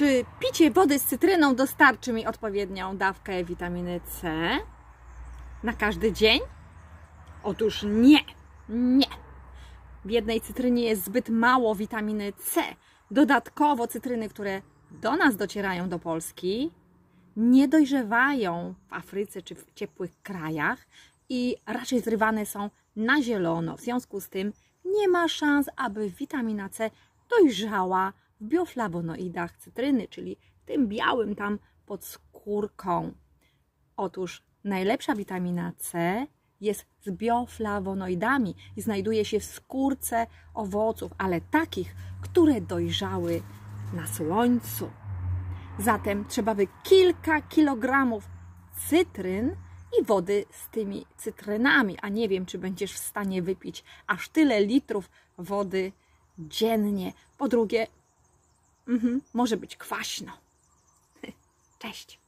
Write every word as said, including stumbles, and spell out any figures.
Czy picie wody z cytryną dostarczy mi odpowiednią dawkę witaminy C na każdy dzień? Otóż nie, nie. W jednej cytrynie jest zbyt mało witaminy C. Dodatkowo cytryny, które do nas docierają do Polski, nie dojrzewają w Afryce czy w ciepłych krajach i raczej zrywane są na zielono. W związku z tym nie ma szans, aby witamina C dojrzała w bioflawonoidach cytryny, czyli w tym białym tam pod skórką. Otóż najlepsza witamina C jest z bioflawonoidami i znajduje się w skórce owoców, ale takich, które dojrzały na słońcu. Zatem trzeba by kilka kilogramów cytryn i wody z tymi cytrynami, a nie wiem, czy będziesz w stanie wypić aż tyle litrów wody dziennie. Po drugie, mhm, może być kwaśno. Cześć!